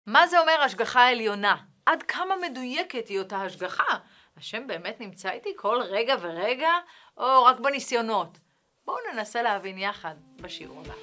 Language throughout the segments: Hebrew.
מה זה אומר השגחה עליונה? עד כמה מדויקת היא אותה השגחה? השם באמת נמצא איתי כל רגע ורגע, או רק בניסיונות? בואו ננסה להבין יחד בשיעור הבא.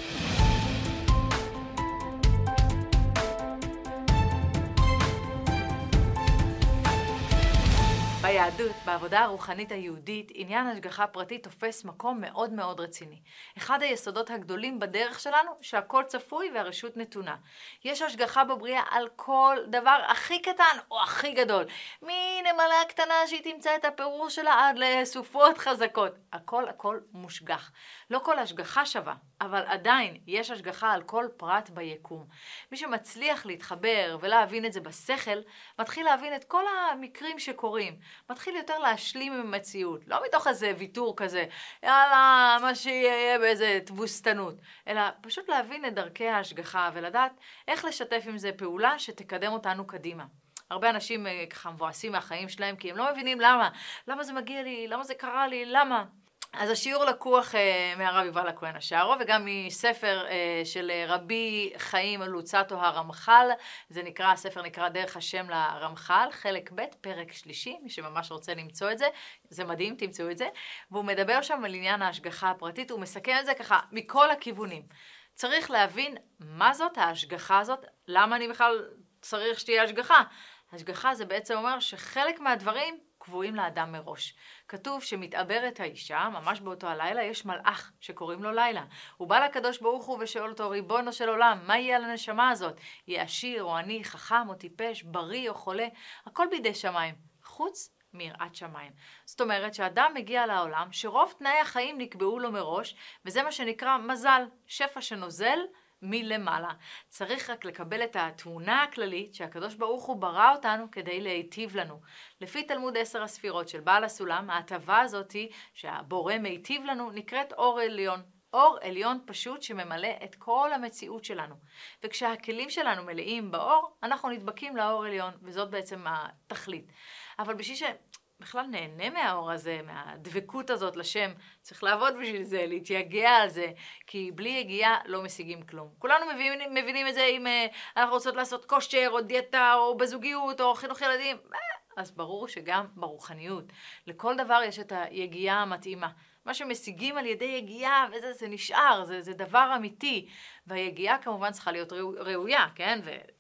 ביהדות, בעבודה הרוחנית היהודית, עניין השגחה פרטית תופס מקום מאוד מאוד רציני. אחד היסודות הגדולים בדרך שלנו, שהכל צפוי והרשות נתונה. יש השגחה בבריאה על כל דבר הכי קטן או הכי גדול. מנמלה קטנה שהיא תמצא את הפירוש שלה עד לסופות חזקות. הכל מושגח. לא כל השגחה שווה, אבל עדיין יש השגחה על כל פרט ביקום. מי שמצליח להתחבר ולהבין את זה בשכל, מתחיל להבין את כל המקרים שקורים. מתחיל יותר להשלים עם המציאות, לא מתוך איזה ויתור כזה, יאללה, מה שיהיה באיזה תבוסתנות, אלא פשוט להבין את דרכי ההשגחה ולדעת איך לשתף עם זה פעולה שתקדם אותנו קדימה. הרבה אנשים ככה מבואסים מהחיים שלהם כי הם לא מבינים למה זה מגיע לי, למה זה קרה לי, למה? אז השיעור לקוח מהרב יובל הכהן השערו, וגם מספר של רבי חיים לוצאטו הרמח"ל. הספר נקרא דרך השם לרמח"ל, חלק ב', פרק שלישי, מי שממש רוצה למצוא את זה, זה מדהים, תמצאו את זה. והוא מדבר שם על עניין ההשגחה הפרטית, הוא מסכם את זה ככה מכל הכיוונים. צריך להבין מה זאת ההשגחה הזאת, למה אני בכלל צריך שתהיה השגחה. השגחה זה בעצם אומר שחלק מהדברים קבועים לאדם מראש. כתוב שמתעברת האישה, ממש באותו הלילה, יש מלאך שקוראים לו לילה. הוא בא לקדוש ברוך הוא ושואל אותו, ריבונו של עולם, מה יהיה על הנשמה הזאת? יהיה עשיר או עני, חכם או טיפש, בריא או חולה? הכל בידי שמיים, חוץ מיראת שמיים. זאת אומרת שאדם מגיע לעולם שרוב תנאי החיים נקבעו לו מראש, וזה מה שנקרא מזל, שפע שנוזל מלמעלה. צריך רק לקבל את התמונה הכללית שהקדוש ברוך הוא ברא אותנו כדי להיטיב לנו. לפי תלמוד 10 הספירות של בעל הסולם, ההטבה הזאת שהבורא מיטיב לנו נקראת אור עליון. אור עליון פשוט שממלא את כל המציאות שלנו. וכשהכלים שלנו מלאים באור, אנחנו נדבקים לאור עליון, וזאת בעצם התכלית. אבל בשביל בכלל נהנה מהאור הזה, מהדבקות הזאת לשם, צריך לעבוד בשביל זה, להתייגע על זה, כי בלי יגיעה לא משיגים כלום. כולנו מבינים את זה אם אנחנו רוצות לעשות כושר או דיאטה או בזוגיות או חינוך ילדים, אז ברור שגם ברוחניות. לכל דבר יש את היגיעה המתאימה. מה שמשיגים על ידי יגיעה, וזה זה נשאר, זה דבר אמיתי. והיגיעה כמובן צריכה להיות ראויה, כן?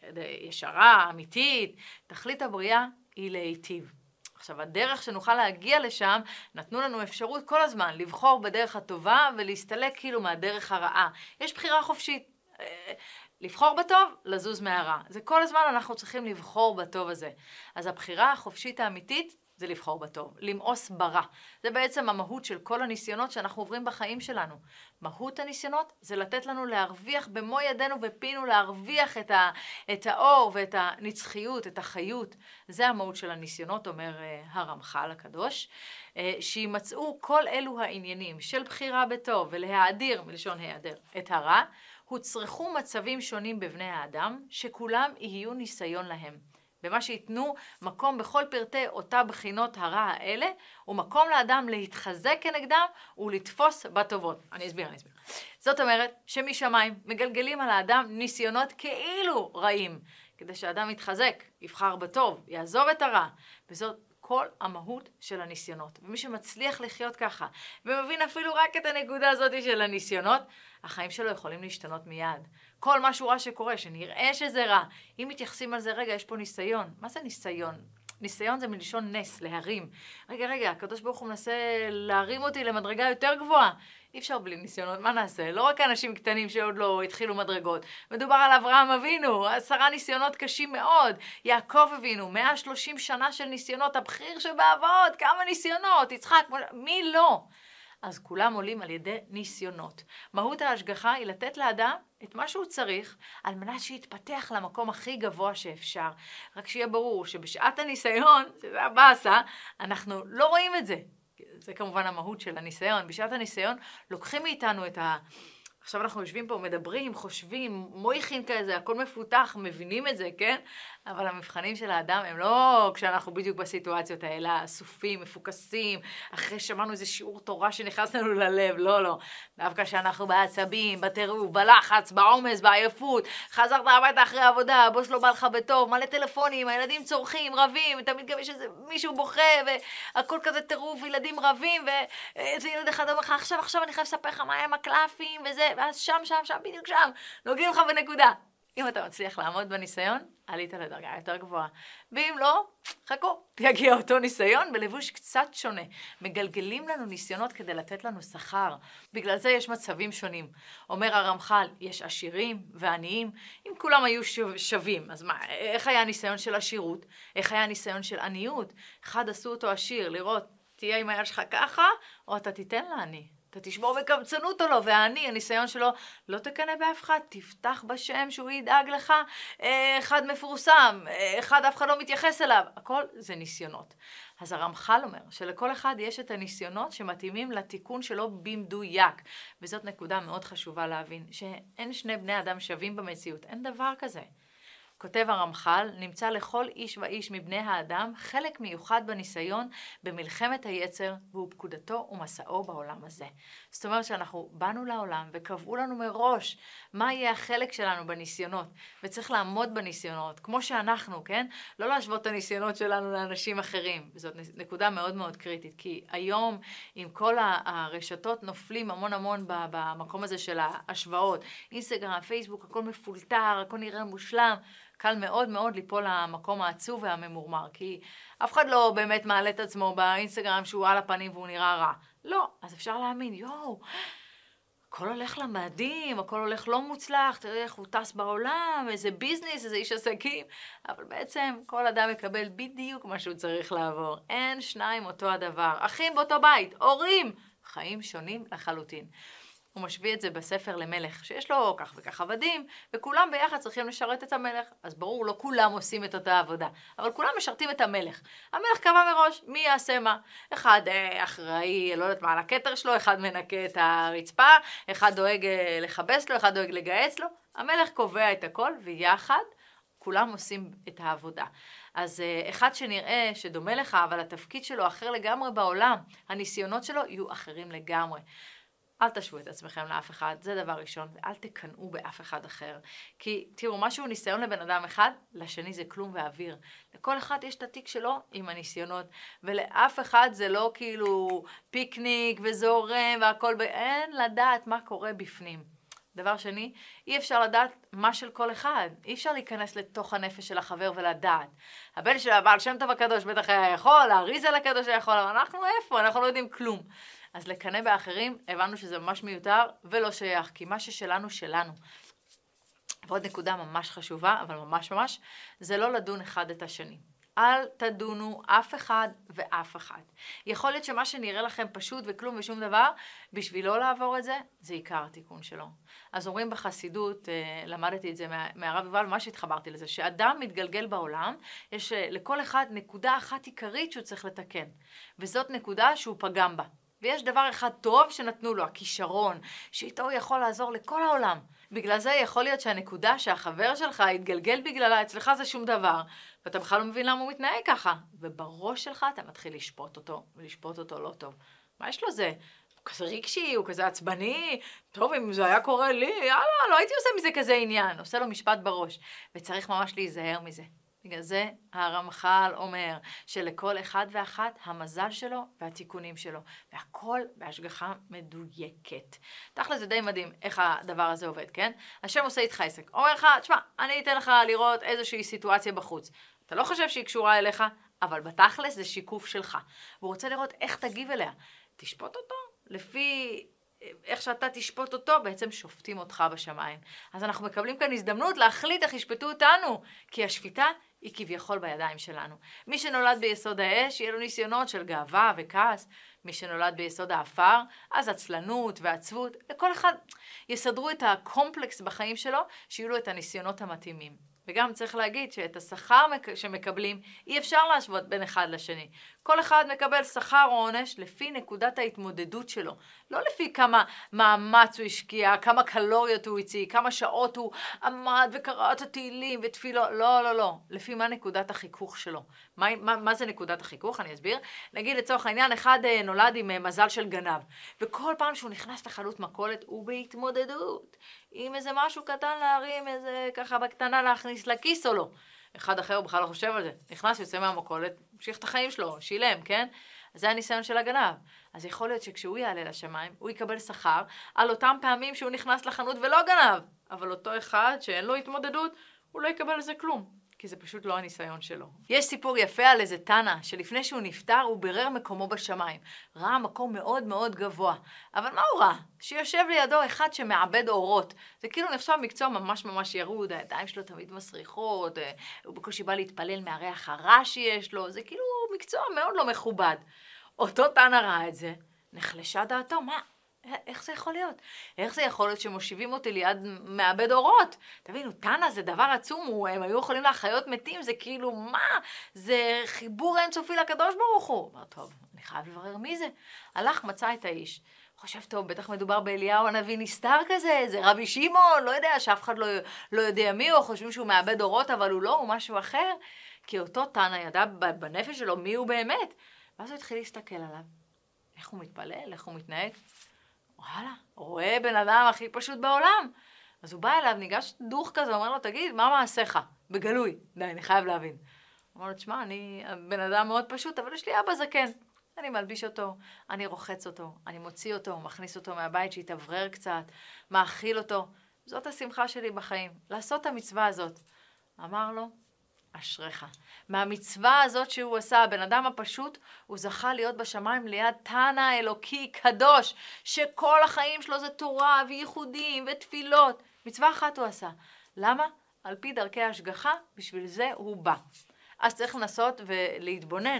וישרה, אמיתית. תכלית הבריאה היא להיטיב. עכשיו, הדרך שנוכל להגיע לשם, נתנו לנו אפשרות כל הזמן לבחור בדרך הטובה ולהסתלק כאילו מהדרך הרעה. יש בחירה חופשית. לבחור בטוב, לזוז מהרע. זה כל הזמן אנחנו צריכים לבחור בטוב הזה. אז הבחירה החופשית האמיתית זה לבחור בטוב, למאוס ברע. זה בעצם המהות של כל הניסיונות שאנחנו עוברים בחיים שלנו. מהות הניסיונות זה לתת לנו להרוויח במו ידינו ופינו, להרוויח את האור ואת הנצחיות, את החיות. זה המהות של הניסיונות, אומר הרמח"ל הקדוש. שימצאו כל אלו העניינים של בחירה בטוב ולהאדיר, מלשון העדר, את הרע, הוצרכו מצבים שונים בבני האדם, שכולם יהיו ניסיון להם. במה שיתנו מקום בכל פרטי אותה בחינות הרע האלה, ומקום לאדם להתחזק כנגדם ולתפוס בטובות. אני אסביר. זאת אומרת שמשמיים מגלגלים על האדם ניסיונות כאילו רעים, כדי שהאדם יתחזק, יבחר בטוב, יעזוב את הרע, וזאת כל המהות של הניסיונות. ומי שמצליח לחיות ככה, ומבין אפילו רק את הנקודה הזאת של הניסיונות, החיים שלו יכולים להשתנות מיד. כל משהו רע שקורה, שנראה שזה רע, אם מתייחסים על זה, רגע, יש פה ניסיון. מה זה ניסיון? ניסיון זה מלשון נס, להרים. רגע, הקדוש ברוך הוא מנסה להרים אותי למדרגה יותר גבוהה. אי אפשר בלי ניסיונות, מה נעשה? לא רק אנשים קטנים שעוד לא התחילו מדרגות. מדובר על אברהם אבינו, 10 ניסיונות קשים מאוד. יעקב אבינו, 130 שנה של ניסיונות, הבכיר שבאבות, כמה ניסיונות, יצחק, מי לא? אז כולם עולים על ידי ניסיונות. מהות ההשגחה היא לתת לאדם את מה שהוא צריך, על מנת שיתפתח למקום הכי גבוה שאפשר. רק שיהיה ברור שבשעת הניסיון, שזה הבאסה, אנחנו לא רואים את זה. זה כמובן המהות של הניסיון. בשעת הניסיון לוקחים מאיתנו את עכשיו אנחנו יושבים פה, מדברים, חושבים, מויכים כזה, הכל מפותח, מבינים את זה, כן? אבל המבחנים של האדם הם לא כשאנחנו בדיוק בסיטואציות האלה, אסופים, מפוקסים, אחרי שמענו איזה שיעור תורה שנכנס לנו ללב, לא. דווקא כשאנחנו בעצבים, בטירוף, בלחץ, בעומס, בעייפות, חזרת הביתה אחרי העבודה, הבוס לא בא לך בטוב, מלא טלפונים, הילדים צורכים, רבים, תמיד גם יש איזה מישהו בוכה, והכל כזה טירוף, ילדים רבים, ואיזה ילד אחד אומר לך, עכשיו אני חייב לספר לך מה הם הקלפים, וזה, ואז שם, בדיוק שם, נוגעים לך בנקודה. אם אתה מצליח לעמוד בניסיון, עלית לדרגה יותר גבוהה. ואם לא, חכו, יגיע אותו ניסיון בלבוש קצת שונה. מגלגלים לנו ניסיונות כדי לתת לנו שכר. בגלל זה יש מצבים שונים. אומר הרמח"ל, יש עשירים ועניים. אם כולם היו שווים, אז מה, איך היה הניסיון של עשירות? איך היה הניסיון של עניות? אחד עשו אותו עשיר, לראות, תהיה עם היד שלך ככה, או אתה תיתן לעני. אתה תשמור בקמצנות או לא, והעני, הניסיון שלו, לא תקנה באף אחד, תפתח בשם שהוא ידאג לך, אחד מפורסם, אחד אף אחד לא מתייחס אליו, הכל זה ניסיונות. אז הרמח"ל אומר שלכל אחד יש את הניסיונות שמתאימים לתיקון שלו במדויק, וזאת נקודה מאוד חשובה להבין, שאין שני בני אדם שווים במציאות, אין דבר כזה. כותב הרמח"ל, נמצא לכל איש ואיש מבני האדם חלק מיוחד בניסיון במלחמת היצר והוא פקודתו ומסעו בעולם הזה. זאת אומרת שאנחנו באנו לעולם וקבעו לנו מראש מה יהיה החלק שלנו בניסיונות, וצריך לעמוד בניסיונות, כמו שאנחנו, כן? לא להשוות את הניסיונות שלנו לאנשים אחרים. וזאת נקודה מאוד מאוד קריטית, כי היום עם כל הרשתות נופלים המון במקום הזה של ההשוואות. אינסטגרם, פייסבוק, הכל מפולטר, הכל נראה מושלם. קל מאוד מאוד ליפול למקום העצוב והממורמר, כי אף אחד לא באמת מעלה את עצמו באינסטגרם שהוא על הפנים והוא נראה רע. לא, אז אפשר להאמין, הכל הולך למאדים, הכל הולך לא מוצלח, תראה איך הוא טס בעולם, איזה ביזנס, איזה איש עסקים, אבל בעצם כל אדם מקבל בדיוק מה שהוא צריך לעבור. אין שניים אותו הדבר, אחים באותו בית, הורים, חיים שונים לחלוטין. הוא משווה את זה בספר למלך, שיש לו כך וכך עבדים, וכולם ביחד צריכים לשרת את המלך. אז ברור, לא כולם עושים את אותה עבודה, אבל כולם משרתים את המלך. המלך קבע מראש, מי יעשה מה? אחד אחראי, לא יודעת מה, על הכתר שלו, אחד מנקה את הרצפה, אחד דואג לחבס לו, אחד דואג לגייס לו. המלך קובע את הכל, ויחד כולם עושים את העבודה. אז אחד שנראה שדומה לך, אבל התפקיד שלו אחר לגמרי בעולם, הניסיונות שלו יהיו אחרים לגמרי. אל תשוו את עצמכם לאף אחד, זה דבר ראשון, ואל תקנאו באף אחד אחר. כי תראו, משהו ניסיון לבן אדם אחד, לשני זה כלום ואוויר. לכל אחד יש את התיק שלו עם הניסיונות, ולאף אחד זה לא כאילו פיקניק וזורם והכל, אין לדעת מה קורה בפנים. דבר שני, אי אפשר לדעת מה של כל אחד. אי אפשר להיכנס לתוך הנפש של החבר ולדעת. הבן של הבעל שם טוב הקדוש בטח היה יכול, האריזה לקדוש היה יכול, אבל אנחנו איפה? אנחנו לא יודעים כלום. אז לקנא באחרים, הבנו שזה ממש מיותר ולא שייך, כי מה ששלנו, שלנו. ועוד נקודה ממש חשובה, אבל ממש, זה לא לדון אחד את השני. אל תדונו אף אחד ואף אחד. יכול להיות שמה שנראה לכם פשוט וכלום ושום דבר, בשביל לא לעבור את זה, זה עיקר התיקון שלו. אז אומרים בחסידות, למדתי את זה מהרב יובל, ממש התחברתי לזה, שאדם מתגלגל בעולם, יש לכל אחד נקודה אחת עיקרית שהוא צריך לתקן. וזאת נקודה שהוא פגם בה. ויש דבר אחד טוב שנתנו לו, הכישרון, שאיתו הוא יכול לעזור לכל העולם. בגלל זה יכול להיות שהנקודה שהחבר שלך התגלגל בגללה, אצלך זה שום דבר, ואתה בכלל לא מבין למה הוא מתנהג ככה. ובראש שלך אתה מתחיל לשפוט אותו, ולשפוט אותו לא טוב. מה יש לו זה? הוא כזה רגשי, הוא כזה עצבני, טוב, אם זה היה קורה לי, יאללה, לא הייתי עושה מזה כזה עניין. עושה לו משפט בראש, וצריך ממש להיזהר מזה. בגלל זה הרמח"ל אומר שלכל אחד ואחת המזל שלו והתיקונים שלו, והכל בהשגחה מדויקת. תכל'ס זה די מדהים איך הדבר הזה עובד, כן? השם עושה איתך עסק. אומר לך, תשמע, אני אתן לך לראות איזושהי סיטואציה בחוץ. אתה לא חושב שהיא קשורה אליך, אבל בתכל'ס זה שיקוף שלך. והוא רוצה לראות איך תגיב אליה. תשפוט אותו לפי איך שאתה תשפוט אותו, בעצם שופטים אותך בשמיים. אז אנחנו מקבלים כאן הזדמנות להחליט איך ישפטו אותנו, כי השפיטה היא כביכול בידיים שלנו. מי שנולד ביסוד האש, יהיה לו ניסיונות של גאווה וכעס. מי שנולד ביסוד האפר, אז עצלנות ועצבות. לכל אחד יסדרו את הקומפלקס בחיים שלו, שיהיו לו את הניסיונות המתאימים. וגם צריך להגיד שאת השכר שמקבלים, אי אפשר להשוות בין אחד לשני. כל אחד מקבל שכר או עונש לפי נקודת ההתמודדות שלו. לא לפי כמה מאמץ הוא השקיע, כמה קלוריות הוא הציג, כמה שעות הוא עמד וקרא את התהילים ותפילות. לא, לא, לא. לפי מה נקודת החיכוך שלו. מה זה נקודת החיכוך? אני אסביר. נגיד לצורך העניין, אחד נולד עם מזל של גנב. וכל פעם שהוא נכנס לחנות מכולת הוא בהתמודדות. עם איזה משהו קטן להרים, איזה ככה בקטנה להכניס לכיס או לא. אחד אחר הוא בכלל לא חושב על זה. נכנס, יוצא מהמכולת, המשיך את החיים שלו, שילם, כן? אז זה הניסיון של הגנב. אז יכול להיות שכשהוא יעלה לשמיים, הוא יקבל שכר על אותם פעמים שהוא נכנס לחנות ולא גנב. אבל אותו אחד שאין לו התמודדות, הוא לא יקבל על זה כלום. כי זה פשוט לא הניסיון שלו. יש סיפור יפה על איזה תנא, שלפני שהוא נפטר הוא בירר מקומו בשמיים. ראה מקום מאוד מאוד גבוה. אבל מה הוא ראה? שיושב לידו אחד שמעבד אורות. זה כאילו נחשב מקצוע ממש ממש ירוד, הידיים שלו תמיד מסריחות, הוא בקושי בא להתפלל מהריח הרע שיש לו, זה כאילו מקצוע מאוד לא מכובד. אותו תנא ראה את זה, נחלשה דעתו, מה? איך זה יכול להיות? איך זה יכול להיות שמושיבים אותי ליד מעבד אורות? תבינו, תנא זה דבר עצום, הם היו יכולים להחיות מתים, זה כאילו, מה? זה חיבור אינסופי לקדוש ברוך הוא. אמר, טוב, אני חייב לברר מי זה. הלך, מצא את האיש. חושב, טוב, בטח מדובר באליהו הנביא נסתר כזה, זה רבי שמעון, לא יודע, שאף אחד לא יודע מי הוא, חושבים שהוא מעבד אורות, אבל הוא לא, הוא משהו אחר. כי אותו תנא ידע בנפש שלו מי הוא באמת. ואז הוא התחיל להסתכל עליו. איך הוא מתפלל, איך הוא מתנהג. וואלה, רואה בן אדם הכי פשוט בעולם. אז הוא בא אליו, ניגש דוך כזה, אומר לו, תגיד, מה מעשיך? בגלוי. די, אני חייב להבין. הוא אומר לו, תשמע, אני בן אדם מאוד פשוט, אבל יש לי אבא זקן. אני מלביש אותו, אני רוחץ אותו, אני מוציא אותו, מכניס אותו מהבית שיתאוורר קצת, מאכיל אותו. זאת השמחה שלי בחיים, לעשות את המצווה הזאת. אמר לו, אשריך. מהמצווה הזאת שהוא עשה, הבן אדם הפשוט, הוא זכה להיות בשמיים ליד תנא אלוקי קדוש, שכל החיים שלו זה תורה וייחודים ותפילות. מצווה אחת הוא עשה. למה? על פי דרכי ההשגחה, בשביל זה הוא בא. אז צריך לנסות ולהתבונן.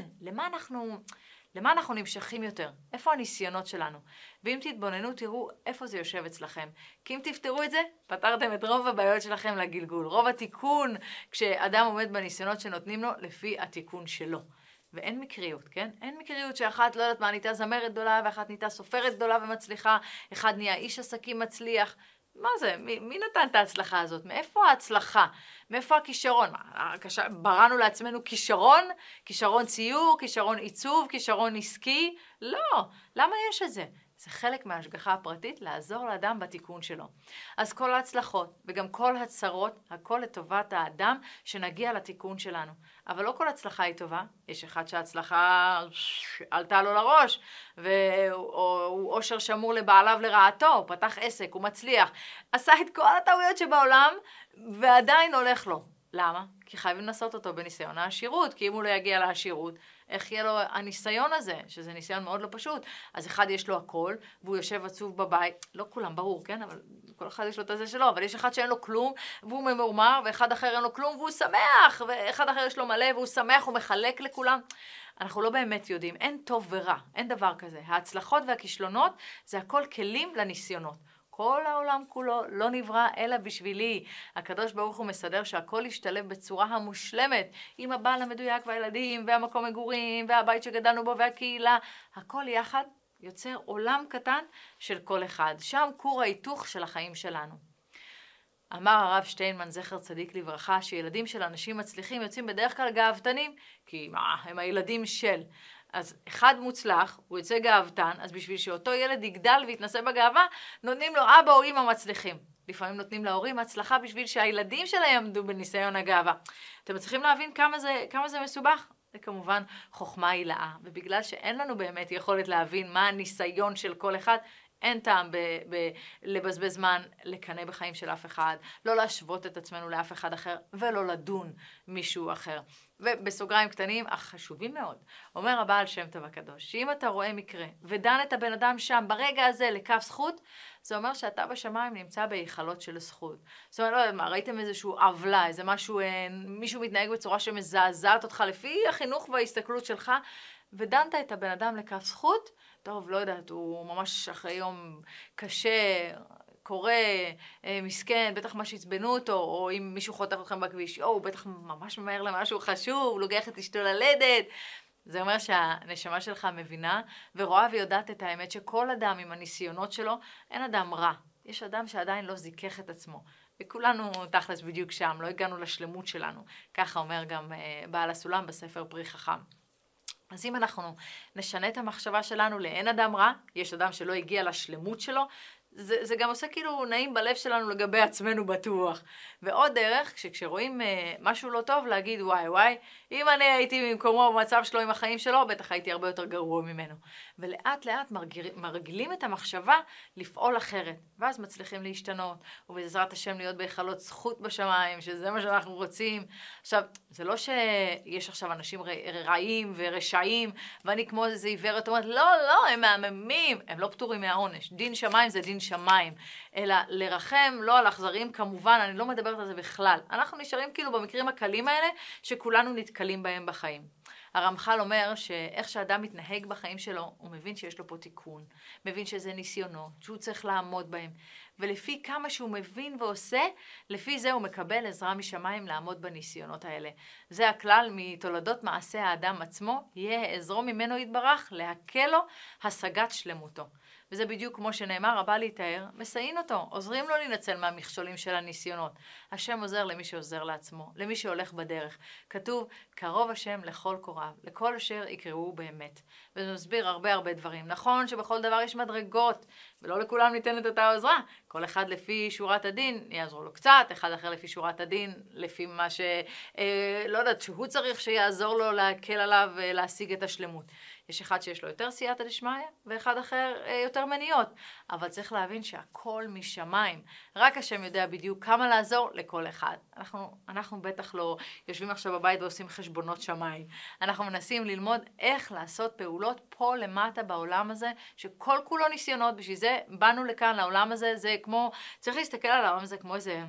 למה אנחנו נמשכים יותר? איפה הניסיונות שלנו? ואם תתבוננו, תראו איפה זה יושב אצלכם. כי אם תפתרו את זה, פתרתם את רוב הבעיות שלכם לגלגול. רוב התיקון, כשאדם עומד בניסיונות שנותנים לו, לפי התיקון שלו. ואין מקריות, כן? אין מקריות שאחת, לא יודעת מה, נהייתה זמרת גדולה, ואחת נהייתה סופרת גדולה ומצליחה, אחד נהיה איש עסקים מצליח. מה זה? מי נתן את ההצלחה הזאת? מאיפה ההצלחה? מאיפה הכישרון? בראנו לעצמנו כישרון? כישרון ציור? כישרון עיצוב? כישרון עסקי? לא. למה יש את זה? זה חלק מההשגחה הפרטית לעזור לאדם בתיקון שלו. אז כל ההצלחות וגם כל הצרות, הכל לטובת האדם שנגיע לתיקון שלנו. אבל לא כל הצלחה היא טובה. יש אחד שההצלחה עלתה לו לראש, והוא עושר שמור לבעליו לרעתו, הוא פתח עסק, הוא מצליח, עשה את כל הטעויות שבעולם, ועדיין הולך לו. למה? כי חייבים לעשות אותו בניסיון העשירות, כי אם הוא לא יגיע לעשירות, איך יהיה לו הניסיון הזה, שזה ניסיון מאוד לא פשוט. אז אחד יש לו הכל, והוא יושב עצוב בבית, לא כולם ברור, כן? אבל כל אחד יש לו את הזה שלו, אבל יש אחד שאין לו כלום, והוא ממורמר, ואחד אחר אין לו כלום, והוא שמח, ואחד אחר יש לו מלא, והוא שמח, הוא מחלק לכולם. אנחנו לא באמת יודעים, אין טוב ורע, אין דבר כזה. ההצלחות והכישלונות זה הכל כלים לניסיונות. כל העולם כולו לא נברא אלא בשבילי. הקדוש ברוך הוא מסדר שהכל ישתלב בצורה המושלמת, עם הבעל המדויק והילדים והמקום מגורים והבית שגדלנו בו והקהילה. הכל יחד יוצר עולם קטן של כל אחד. שם כור ההיתוך של החיים שלנו. אמר הרב שטיינמן זכר צדיק לברכה שילדים של אנשים מצליחים יוצאים בדרך כלל גאוותנים, כי הם הילדים של. אז אחד מוצלח, הוא יוצא גאוותן, אז בשביל שאותו ילד יגדל ויתנסה בגאווה, נותנים לו אבא או אמא מצליחים. לפעמים נותנים להורים הצלחה בשביל שהילדים שלהם יעמדו בניסיון הגאווה. אתם צריכים להבין כמה זה מסובך? זה כמובן חוכמה הילאה, ובגלל שאין לנו באמת יכולת להבין מה הניסיון של כל אחד, אין טעם לבזבז זמן לקנא בחיים של אף אחד, לא להשוות את עצמנו לאף אחד אחר, ולא לדון מישהו אחר. ובסוגריים קטנים, אך חשובים מאוד, אומר הבעל שם טוב הקדוש, שאם אתה רואה מקרה ודן את הבן אדם שם ברגע הזה לכף זכות, זה אומר שאתה בשמיים נמצא בהיכלות של זכות. זאת אומרת, לא יודע מה, ראיתם איזשהו עוולה, איזה משהו, מישהו מתנהג בצורה שמזעזעת אותך לפי החינוך וההסתכלות שלך, ודנת את הבן אדם לכף זכות, טוב, לא יודעת, הוא ממש אחרי יום קשה, קורא, מסכן, בטח מה שעצבנו אותו, או אם מישהו חותך אתכם בכביש, הוא בטח ממש ממהר למשהו חשוב, לוגח את אשתו ללדת, זה אומר שהנשמה שלך מבינה ורואה ויודעת את האמת שכל אדם עם הניסיונות שלו, אין אדם רע. יש אדם שעדיין לא זיכך את עצמו. וכולנו תכלס בדיוק שם, לא הגענו לשלמות שלנו. ככה אומר גם בעל הסולם בספר פרי חכם. אז אם אנחנו נשנה את המחשבה שלנו לאין אדם רע, יש אדם שלא הגיע לשלמות שלו, זה גם עושה כאילו נעים בלב שלנו לגבי עצמנו בטוח. ועוד דרך, כשרואים משהו לא טוב, להגיד וואי, אם אני הייתי במקומו במצב שלו עם החיים שלו, בטח הייתי הרבה יותר גרוע ממנו. ולאט לאט מרגילים את המחשבה לפעול אחרת, ואז מצליחים להשתנות, ובעזרת השם להיות בהיכלות זכות בשמיים, שזה מה שאנחנו רוצים. עכשיו, זה לא שיש עכשיו אנשים רעים ורשעים, ואני כמו איזה עיוורת אומרת, לא, הם מהממים, הם לא פטורים מהעונש. דין שמיים זה דין שמיים, אלא לרחם, לא על אכזרים, כמובן, אני לא מדברת על זה בכלל. אנחנו נשארים כאילו במקרים הקלים האלה, שכולנו נתקלים בהם בחיים. הרמח"ל אומר שאיך שאדם מתנהג בחיים שלו, הוא מבין שיש לו פה תיקון, מבין שזה ניסיונות, שהוא צריך לעמוד בהם, ולפי כמה שהוא מבין ועושה, לפי זה הוא מקבל עזרה משמיים לעמוד בניסיונות האלה. זה הכלל מתולדות מעשה האדם עצמו, יהיה עזרו ממנו יתברך, להקל לו השגת שלמותו. וזה בדיוק כמו שנאמר, הבא להתאר, מסייעים אותו, עוזרים לו להינצל מהמכשולים של הניסיונות. השם עוזר למי שעוזר לעצמו, למי שהולך בדרך. כתוב, קרוב השם לכל קוראיו, לכל אשר יקראו באמת. וזה מסביר הרבה דברים. נכון שבכל דבר יש מדרגות, ולא לכולם ניתנת אותה עזרה. כל אחד לפי שורת הדין יעזרו לו קצת, אחד אחר לפי שורת הדין, לפי מה לא יודעת, שהוא צריך שיעזור לו להקל עליו ולהשיג את השלמות. יש אחד שיש לו יותר סייעתא דשמיא, ואחד אחר יותר מניעות. אבל צריך להבין שהכל משמיים. רק השם יודע בדיוק כמה לעזור לכל אחד. אנחנו בטח לא יושבים עכשיו בבית ועושים חשבונות שמיים. אנחנו מנסים ללמוד איך לעשות פעולות פה למטה בעולם הזה, שכל כולו ניסיונות. בשביל זה באנו לכאן לעולם הזה, זה כמו, צריך להסתכל על העולם הזה כמו איזה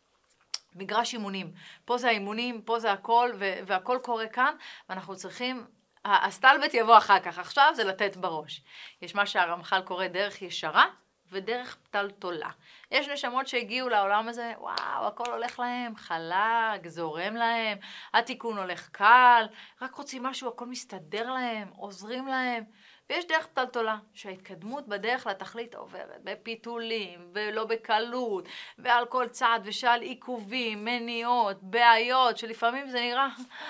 מגרש אימונים. פה זה האימונים, פה זה הכל, והכל קורה כאן, ואנחנו צריכים הסטלבט יבוא אחר כך, עכשיו זה לתת בראש. יש מה שהרמח"ל קורא דרך ישרה ודרך פתלתולה. יש נשמות שהגיעו לעולם הזה, וואו, הכל הולך להם, חלק, זורם להם, התיקון הולך קל, רק רוצים משהו, הכל מסתדר להם, עוזרים להם. ויש דרך פתלתולה, שההתקדמות בדרך לתכלית עוברת בפיתולים ולא בקלות, ועל כל צעד ושעל עיכובים, מניעות, בעיות, שלפעמים זה נראה,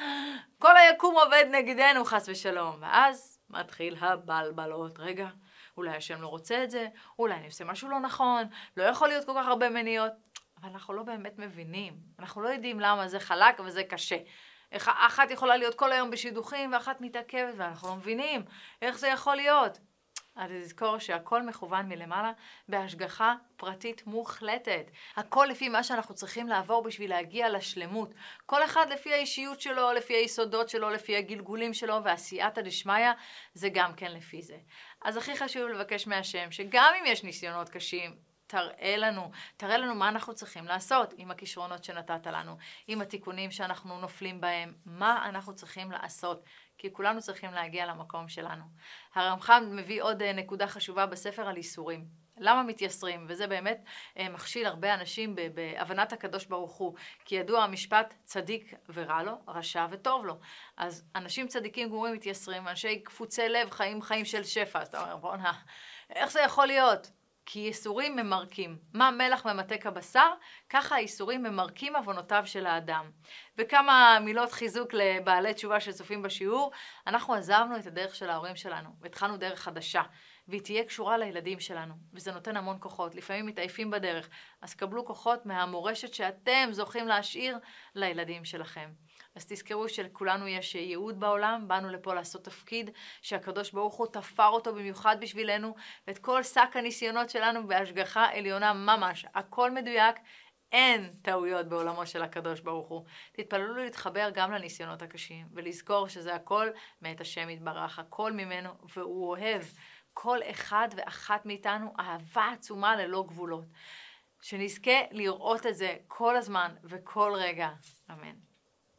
כל היקום עובד נגדנו חס ושלום. ואז מתחיל הבלבלות, רגע, אולי השם לא רוצה את זה, אולי אני עושה משהו לא נכון, לא יכול להיות כל כך הרבה מניעות, אבל אנחנו לא באמת מבינים, אנחנו לא יודעים למה זה חלק וזה קשה. אחת יכולה להיות כל היום בשידוכים ואחת מתעכבת ואנחנו לא מבינים איך זה יכול להיות. אז תזכור שהכל מכוון מלמעלה בהשגחה פרטית מוחלטת. הכל לפי מה שאנחנו צריכים לעבור בשביל להגיע לשלמות. כל אחד לפי האישיות שלו, לפי היסודות שלו, לפי הגלגולים שלו, והסייעתא דשמיא זה גם כן לפי זה. אז הכי חשוב לבקש מהשם שגם אם יש ניסיונות קשים, תראה לנו מה אנחנו צריכים לעשות עם הכישרונות שנתת לנו, עם התיקונים שאנחנו נופלים בהם, מה אנחנו צריכים לעשות, כי כולנו צריכים להגיע למקום שלנו. הרמח"ל מביא עוד נקודה חשובה בספר על איסורים. למה מתייסרים? וזה באמת מכשיל הרבה אנשים בהבנת הקדוש ברוך הוא, כי ידוע המשפט צדיק ורע לו, רשע וטוב לו. אז אנשים צדיקים גמורים מתייסרים, אנשי קפוצי לב חיים של שפע. אז אתה אומר, בוא'נה, איך זה יכול להיות? כי ייסורים ממרקים. מה מלח ממתק הבשר? ככה הייסורים ממרקים עוונותיו של האדם. וכמה מילות חיזוק לבעלי תשובה שצופים בשיעור, אנחנו עזבנו את הדרך של ההורים שלנו, והתחלנו דרך חדשה, והיא תהיה קשורה לילדים שלנו, וזה נותן המון כוחות, לפעמים מתעייפים בדרך, אז קבלו כוחות מהמורשת שאתם זוכים להשאיר לילדים שלכם. אז תזכרו שלכולנו יש ייעוד בעולם, באנו לפה לעשות תפקיד שהקדוש ברוך הוא תפר אותו במיוחד בשבילנו, ואת כל שק הניסיונות שלנו בהשגחה עליונה ממש, הכל מדויק, אין טעויות בעולמו של הקדוש ברוך הוא. תתפללו להתחבר גם לניסיונות הקשים, ולזכור שזה הכל מאת השם יתברך, הכל ממנו, והוא אוהב כל אחד ואחת מאיתנו אהבה עצומה ללא גבולות. שנזכה לראות את זה כל הזמן וכל רגע. אמן.